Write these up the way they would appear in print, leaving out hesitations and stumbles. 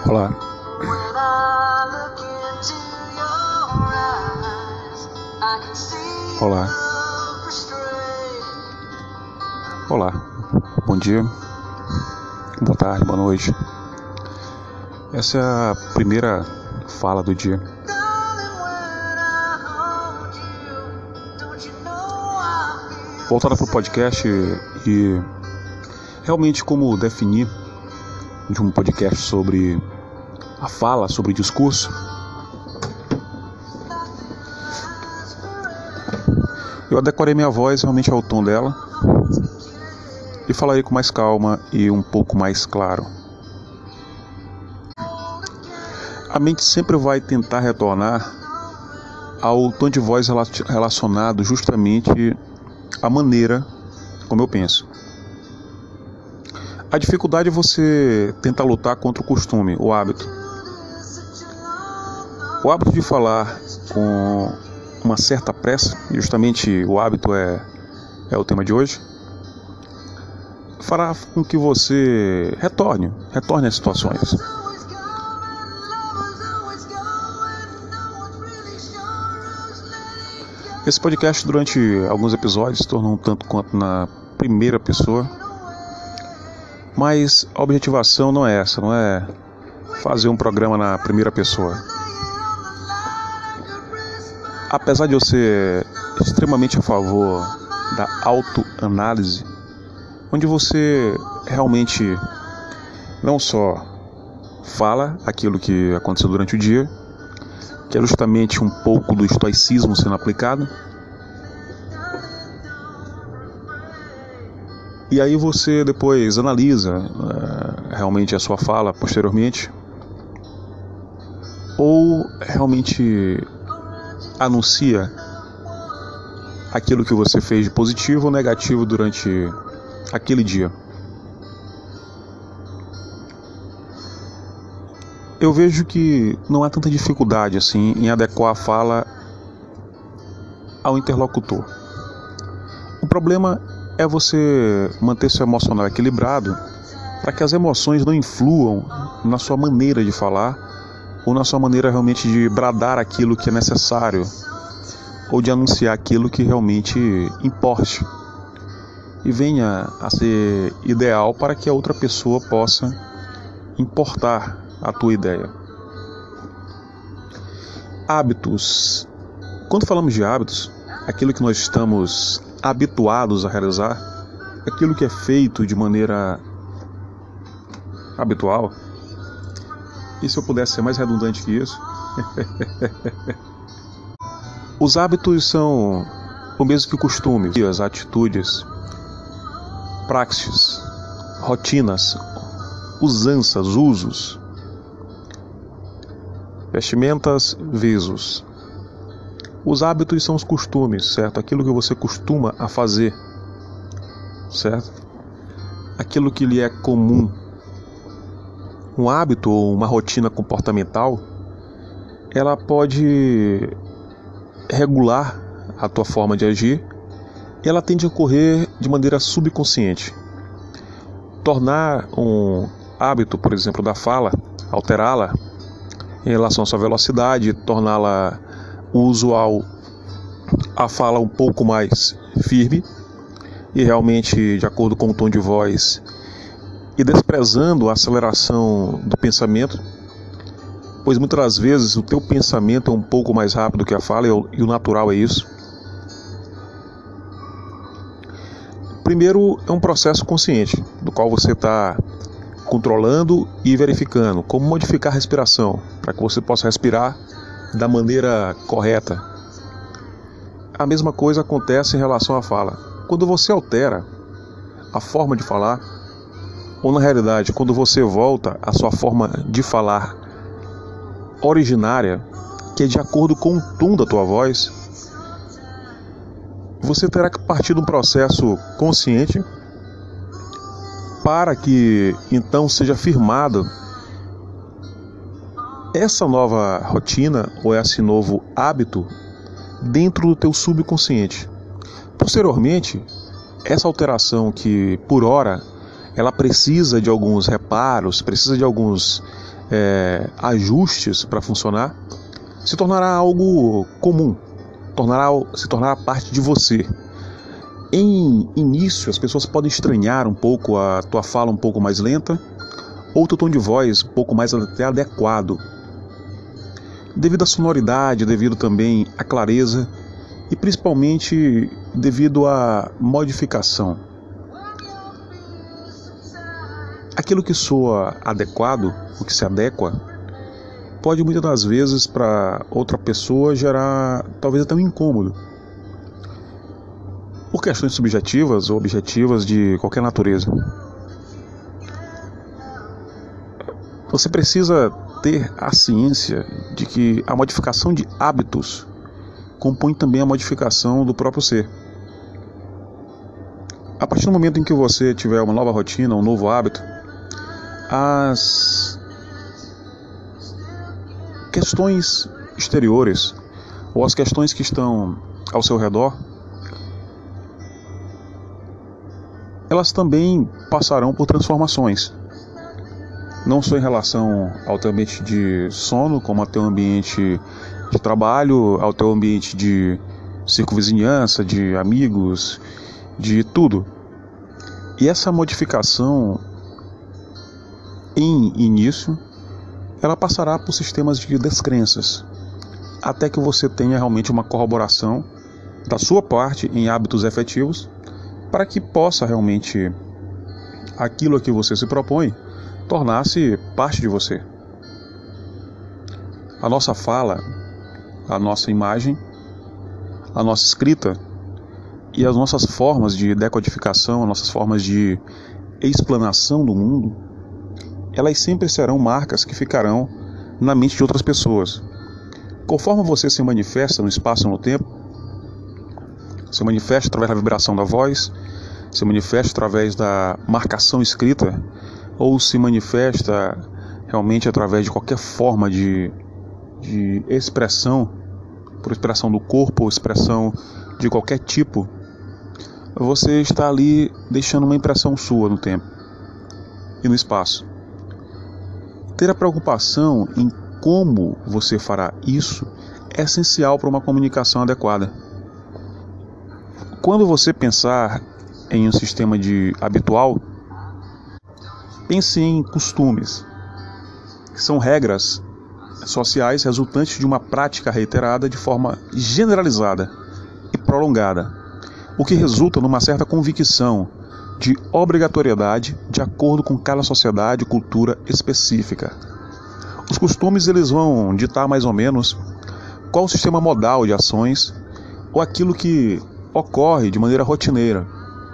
Olá. Olá. Olá. Bom dia. Boa tarde, boa noite. Essa é a primeira fala do dia. Voltada para o podcast e realmente como definir de um podcast sobre a fala, sobre discurso. Eu adequarei minha voz realmente ao tom dela e falarei com mais calma e um pouco mais claro. A mente sempre vai tentar retornar ao tom de voz relacionado justamente à maneira como eu penso. A dificuldade é você tentar lutar contra o costume, o hábito. O hábito de falar com uma certa pressa, e justamente o hábito é o tema de hoje, fará com que você retorne às situações. Esse podcast durante alguns episódios se tornou um tanto quanto na primeira pessoa, mas a objetivação não é essa, não é fazer um programa na primeira pessoa. Apesar de eu ser extremamente a favor da autoanálise, onde você realmente não só fala aquilo que aconteceu durante o dia, que é justamente um pouco do estoicismo sendo aplicado, e aí você depois analisa realmente a sua fala posteriormente, ou realmente anuncia aquilo que você fez de positivo ou negativo durante aquele dia. Eu vejo que não há tanta dificuldade assim em adequar a fala ao interlocutor. O problema é você manter seu emocional equilibrado para que as emoções não influam na sua maneira de falar ou na sua maneira realmente de bradar aquilo que é necessário ou de anunciar aquilo que realmente importe e venha a ser ideal para que a outra pessoa possa importar a tua ideia. Hábitos. Quando falamos de hábitos, aquilo que nós estamos habituados a realizar, aquilo que é feito de maneira habitual, e se eu pudesse ser mais redundante que isso, os hábitos são o mesmo que o costume, as atitudes, praxes, rotinas, usanças, usos, vestimentas, visos. Os hábitos são os costumes, certo? Aquilo que você costuma a fazer, certo? Aquilo que lhe é comum. Um hábito ou uma rotina comportamental, ela pode regular a tua forma de agir e ela tende a ocorrer de maneira subconsciente. Tornar um hábito, por exemplo, da fala, alterá-la em relação à sua velocidade, torná-la usual, a fala um pouco mais firme e realmente de acordo com o tom de voz e desprezando a aceleração do pensamento, pois muitas das vezes o teu pensamento é um pouco mais rápido que a fala e o natural é isso. Primeiro é um processo consciente, do qual você está controlando e verificando como modificar a respiração, para que você possa respirar da maneira correta. A mesma coisa acontece em relação à fala. Quando você altera a forma de falar, ou na realidade, quando você volta à sua forma de falar originária, que é de acordo com o tom da tua voz, você terá que partir de um processo consciente para que então seja firmado essa nova rotina ou esse novo hábito dentro do teu subconsciente. Posteriormente, essa alteração que por hora ela precisa de alguns reparos, precisa de alguns ajustes para funcionar, se tornará algo comum, se tornará parte de você. Em início, as pessoas podem estranhar um pouco a tua fala um pouco mais lenta, ou teu tom de voz um pouco mais até adequado, devido à sonoridade, devido também à clareza e principalmente devido à modificação. Aquilo que soa adequado, o que se adequa, pode muitas das vezes para outra pessoa gerar talvez até um incômodo, por questões subjetivas ou objetivas de qualquer natureza. Você precisa ter a ciência de que a modificação de hábitos compõe também a modificação do próprio ser. A partir do momento em que você tiver uma nova rotina, um novo hábito, as questões exteriores ou as questões que estão ao seu redor, elas também passarão por transformações. Não só em relação ao teu ambiente de sono, como ao teu ambiente de trabalho, ao teu ambiente de circunvizinhança, de amigos, de tudo. E essa modificação, em início, ela passará por sistemas de descrenças, até que você tenha realmente uma corroboração da sua parte em hábitos efetivos, para que possa realmente aquilo a que você se propõe tornar-se parte de você. A nossa fala, a nossa imagem, a nossa escrita e as nossas formas de decodificação, as nossas formas de explanação do mundo, elas sempre serão marcas que ficarão na mente de outras pessoas. Conforme você se manifesta no espaço e no tempo, se manifesta através da vibração da voz, se manifesta através da marcação escrita, ou se manifesta realmente através de qualquer forma de expressão, por expressão do corpo, ou expressão de qualquer tipo, você está ali deixando uma impressão sua no tempo e no espaço. Ter a preocupação em como você fará isso é essencial para uma comunicação adequada. Quando você pensar em um sistema habitual, pense em costumes, que são regras sociais resultantes de uma prática reiterada de forma generalizada e prolongada, o que resulta numa certa convicção de obrigatoriedade de acordo com cada sociedade e cultura específica. Os costumes eles vão ditar mais ou menos qual o sistema modal de ações ou aquilo que ocorre de maneira rotineira.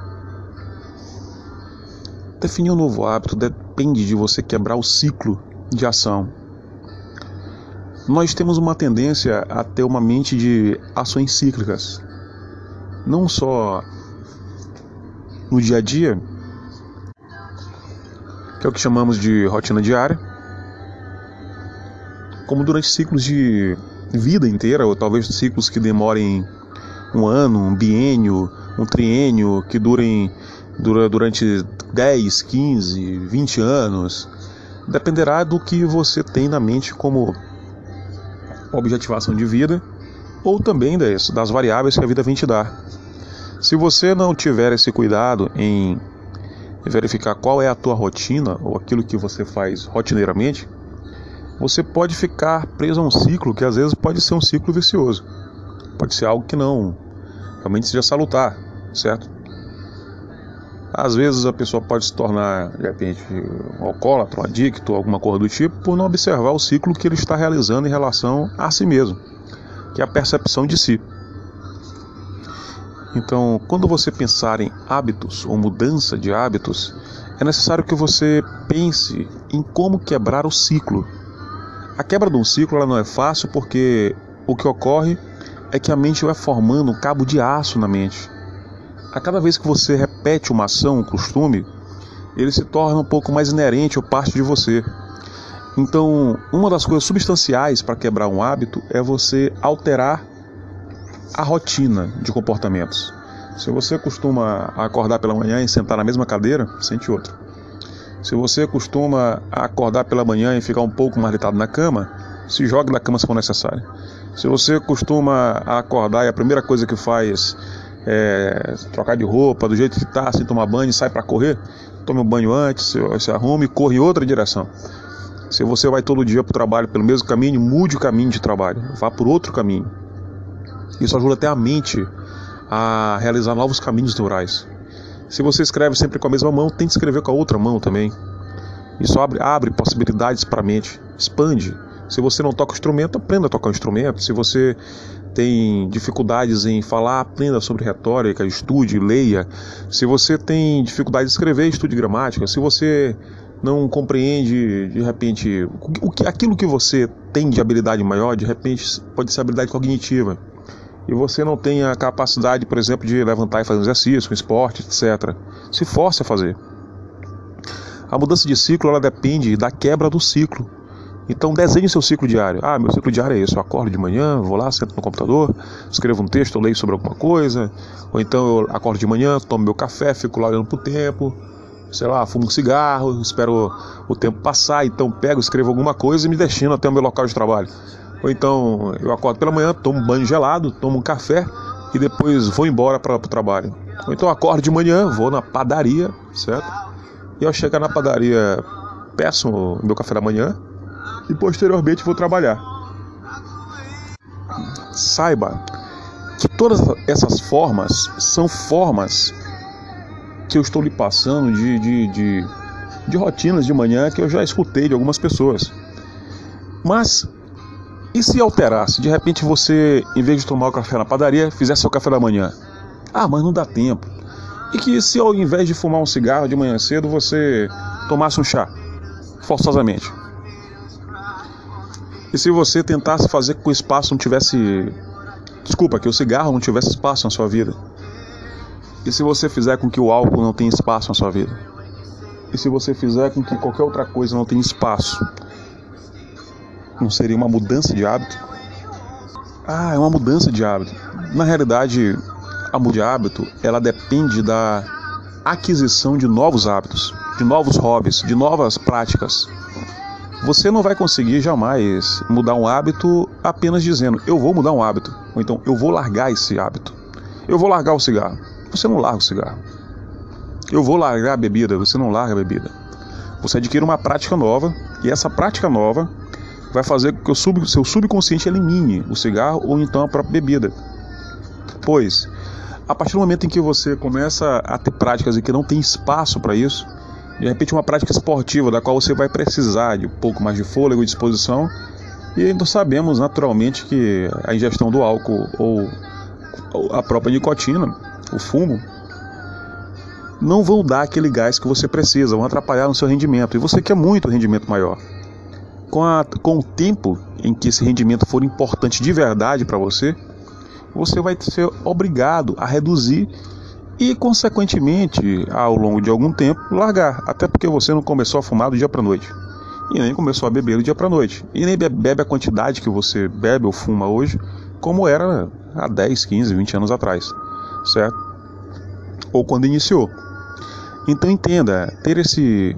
Definir um novo hábito depende de você quebrar o ciclo de ação. Nós temos uma tendência a ter uma mente de ações cíclicas, não só no dia a dia, que é o que chamamos de rotina diária, como durante ciclos de vida inteira, ou talvez ciclos que demorem um ano, um biênio, um triênio, que durante 10, 15, 20 anos. Dependerá do que você tem na mente como objetivação de vida, ou também das variáveis que a vida vem te dar. Se você não tiver esse cuidado em verificar qual é a tua rotina, ou aquilo que você faz rotineiramente, você pode ficar preso a um ciclo que às vezes pode ser um ciclo vicioso. Pode ser algo que não realmente seja salutar, certo? Às vezes a pessoa pode se tornar, de repente, um alcoólatra, um adicto, alguma coisa do tipo, por não observar o ciclo que ele está realizando em relação a si mesmo, que é a percepção de si. Então, quando você pensar em hábitos ou mudança de hábitos, é necessário que você pense em como quebrar o ciclo. A quebra de um ciclo ela não é fácil porque o que ocorre é que a mente vai formando um cabo de aço na mente. A cada vez que você repete uma ação, um costume, ele se torna um pouco mais inerente ou parte de você. Então, uma das coisas substanciais para quebrar um hábito é você alterar a rotina de comportamentos. Se você costuma acordar pela manhã e sentar na mesma cadeira, sente outra. Se você costuma acordar pela manhã e ficar um pouco mais deitado na cama, se jogue da cama se for necessário. Se você costuma acordar e a primeira coisa que faz é trocar de roupa, do jeito que está, sem tomar banho, e sai para correr, tome um banho antes, se arrume e corre em outra direção. Se você vai todo dia para o trabalho pelo mesmo caminho, mude o caminho de trabalho, vá por outro caminho. Isso ajuda até a mente a realizar novos caminhos neurais. Se você escreve sempre com a mesma mão, tente escrever com a outra mão também. Isso abre possibilidades para a mente, expande. Se você não toca instrumento, aprenda a tocar um instrumento. Se você tem dificuldades em falar, aprenda sobre retórica, estude, leia. Se você tem dificuldade de escrever, estude gramática. Se você não compreende, de repente, aquilo que você tem de habilidade maior, de repente pode ser habilidade cognitiva. E você não tem a capacidade, por exemplo, de levantar e fazer um exercício, um esporte, etc. Se force a fazer. A mudança de ciclo, ela depende da quebra do ciclo. Então desenhe seu ciclo diário. Meu ciclo diário é esse, eu acordo de manhã, vou lá, sento no computador, escrevo um texto, eu leio sobre alguma coisa. Ou então eu acordo de manhã, tomo meu café, fico lá olhando pro tempo, sei lá, fumo um cigarro, espero o tempo passar, então pego, escrevo alguma coisa e me destino até o meu local de trabalho. Ou então eu acordo pela manhã, tomo um banho gelado, tomo um café e depois vou embora para o trabalho. Ou então eu acordo de manhã, vou na padaria, certo? E ao chegar na padaria, peço o meu café da manhã e posteriormente vou trabalhar. Saiba que todas essas formas são formas que eu estou lhe passando de rotinas de manhã que eu já escutei de algumas pessoas. Mas e se alterasse? De repente você, em vez de tomar o café na padaria, fizesse seu café da manhã? Mas não dá tempo. E que se ao invés de fumar um cigarro de manhã cedo, você tomasse um chá, forçosamente? E se você tentasse fazer com que o espaço não tivesse... que o cigarro não tivesse espaço na sua vida? E se você fizer com que o álcool não tenha espaço na sua vida? E se você fizer com que qualquer outra coisa não tenha espaço? Não seria uma mudança de hábito? É uma mudança de hábito. Na realidade, a mudança de hábito, ela depende da aquisição de novos hábitos, de novos hobbies, de novas práticas. Você não vai conseguir jamais mudar um hábito apenas dizendo, eu vou mudar um hábito. Ou então, eu vou largar esse hábito. Eu vou largar o cigarro. Você não larga o cigarro. Eu vou largar a bebida. Você não larga a bebida. Você adquire uma prática nova, e essa prática nova vai fazer com que o seu subconsciente elimine o cigarro ou então a própria bebida. Pois, a partir do momento em que você começa a ter práticas em que não tem espaço para isso, de repente uma prática esportiva da qual você vai precisar de um pouco mais de fôlego e disposição, e nós sabemos naturalmente que a ingestão do álcool ou a própria nicotina, o fumo, não vão dar aquele gás que você precisa, vão atrapalhar no seu rendimento, e você quer muito rendimento maior. Com o tempo em que esse rendimento for importante de verdade para você, você vai ser obrigado a reduzir e, consequentemente, ao longo de algum tempo, largar. Até porque você não começou a fumar do dia para a noite. E nem começou a beber do dia para a noite. E nem bebe a quantidade que você bebe ou fuma hoje, como era há 10, 15, 20 anos atrás. Certo? Ou quando iniciou. Então entenda, ter esse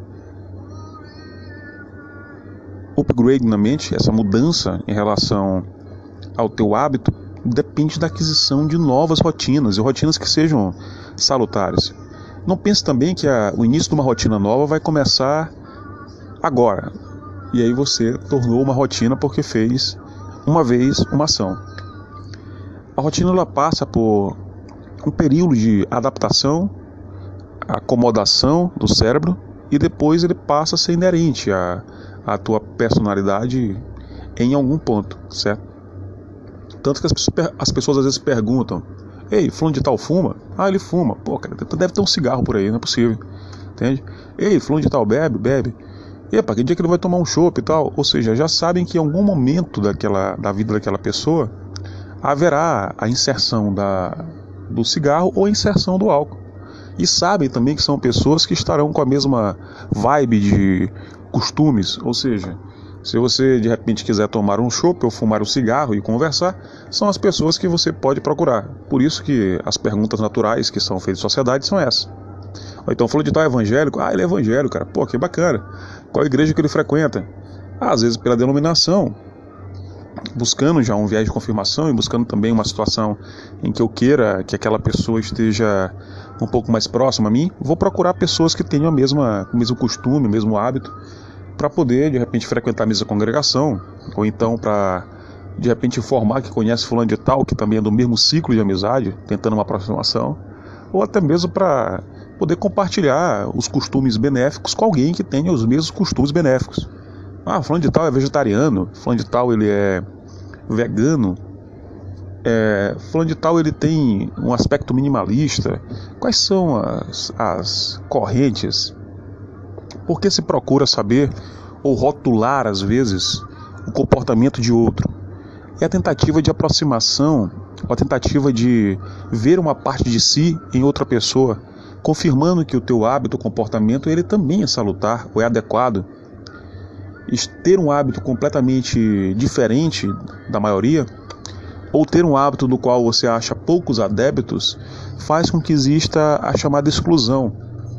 upgrade na mente, essa mudança em relação ao teu hábito, depende da aquisição de novas rotinas, e rotinas que sejam salutares. Não pense também que o início de uma rotina nova vai começar agora, e aí você tornou uma rotina porque fez uma vez uma ação. A rotina ela passa por um período de adaptação, acomodação do cérebro, e depois ele passa a ser inerente à tua personalidade em algum ponto, certo? Tanto que as pessoas às vezes perguntam, ei, fulano de tal fuma? Ele fuma. Pô, cara, deve ter um cigarro por aí, não é possível. Entende? Ei, fulano de tal bebe. Epa, que dia que ele vai tomar um chopp e tal? Ou seja, já sabem que em algum momento da vida daquela pessoa haverá a inserção do cigarro ou a inserção do álcool. E sabem também que são pessoas que estarão com a mesma vibe de costumes, ou seja, se você de repente quiser tomar um chopp ou fumar um cigarro e conversar, são as pessoas que você pode procurar. Por isso que as perguntas naturais que são feitas em sociedade são essas. Ou então fulano de tal é evangélico, ele é evangélico, cara, pô, que bacana. Qual igreja que ele frequenta? Às vezes pela denominação, buscando já um viés de confirmação e buscando também uma situação em que eu queira que aquela pessoa esteja um pouco mais próxima a mim, vou procurar pessoas que tenham o mesmo costume, o mesmo hábito, para poder de repente frequentar a mesma congregação, ou então para de repente informar que conhece fulano de tal, que também é do mesmo ciclo de amizade, tentando uma aproximação, ou até mesmo para poder compartilhar os costumes benéficos com alguém que tenha os mesmos costumes benéficos. Fulano de tal é vegetariano, fulano de tal ele é vegano, fulano de tal ele tem um aspecto minimalista. Quais são as correntes? Por que se procura saber ou rotular às vezes o comportamento de outro? É a tentativa de aproximação, a tentativa de ver uma parte de si em outra pessoa, confirmando que o teu hábito, o comportamento, ele também é salutar ou é adequado. Ter um hábito completamente diferente da maioria, ou ter um hábito do qual você acha poucos adeptos, faz com que exista a chamada exclusão,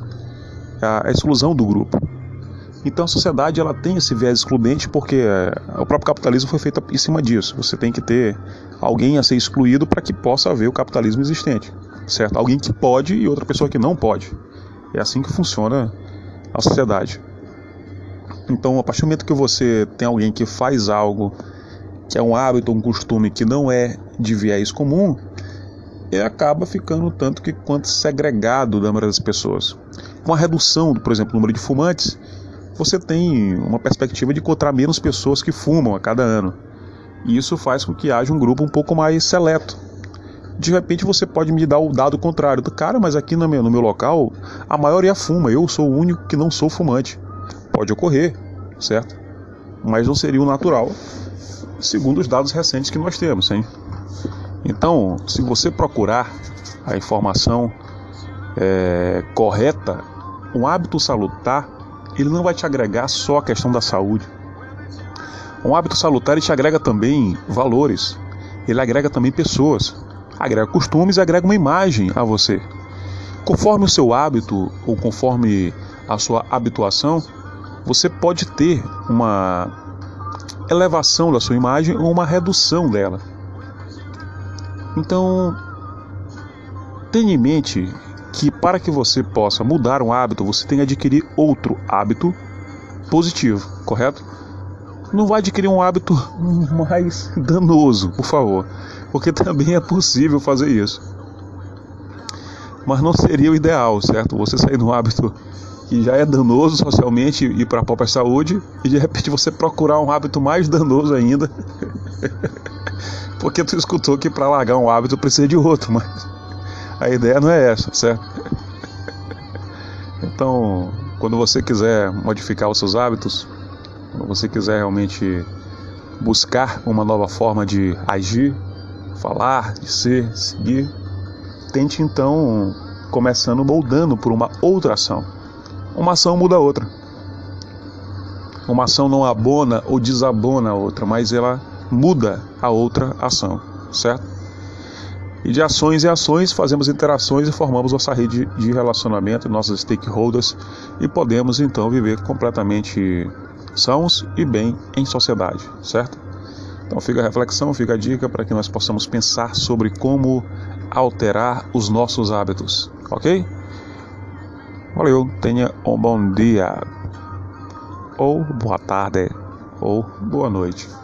a exclusão do grupo. Então a sociedade ela tem esse viés excludente porque o próprio capitalismo foi feito em cima disso. Você tem que ter alguém a ser excluído para que possa haver o capitalismo existente, certo? Alguém que pode e outra pessoa que não pode. É assim que funciona a sociedade. Então, a partir do momento que você tem alguém que faz algo que é um hábito, um costume que não é de viés comum, acaba ficando tanto que quanto segregado da maioria das pessoas. Com a redução, por exemplo, do número de fumantes, você tem uma perspectiva de encontrar menos pessoas que fumam a cada ano. E isso faz com que haja um grupo um pouco mais seleto. De repente você pode me dar o dado contrário. Cara, mas aqui no meu local, a maioria fuma, eu sou o único que não sou fumante. Pode ocorrer, certo? Mas não seria o natural, segundo os dados recentes que nós temos, hein? Então, se você procurar a informação correta, um hábito salutar, ele não vai te agregar só a questão da saúde. Um hábito salutar, ele te agrega também valores, ele agrega também pessoas, agrega costumes e agrega uma imagem a você. Conforme o seu hábito, ou conforme a sua habituação, você pode ter uma elevação da sua imagem ou uma redução dela. Então, tenha em mente que para que você possa mudar um hábito, você tem que adquirir outro hábito positivo, correto? Não vai adquirir um hábito mais danoso, por favor, porque também é possível fazer isso. Mas não seria o ideal, certo? Você sair de um hábito que já é danoso socialmente e para a própria saúde, e de repente você procurar um hábito mais danoso ainda, porque tu escutou que para largar um hábito precisa de outro, mas a ideia não é essa, certo? Então, quando você quiser modificar os seus hábitos, quando você quiser realmente buscar uma nova forma de agir, falar, de ser, seguir, tente então começando moldando por uma outra ação. Uma ação muda a outra. Uma ação não abona ou desabona a outra, mas ela muda a outra ação, certo? E de ações em ações fazemos interações e formamos nossa rede de relacionamento, nossos stakeholders, e podemos então viver completamente sãos e bem em sociedade, certo? Então fica a reflexão, fica a dica para que nós possamos pensar sobre como alterar os nossos hábitos, ok? Valeu, tenha um bom dia, ou boa tarde, ou boa noite.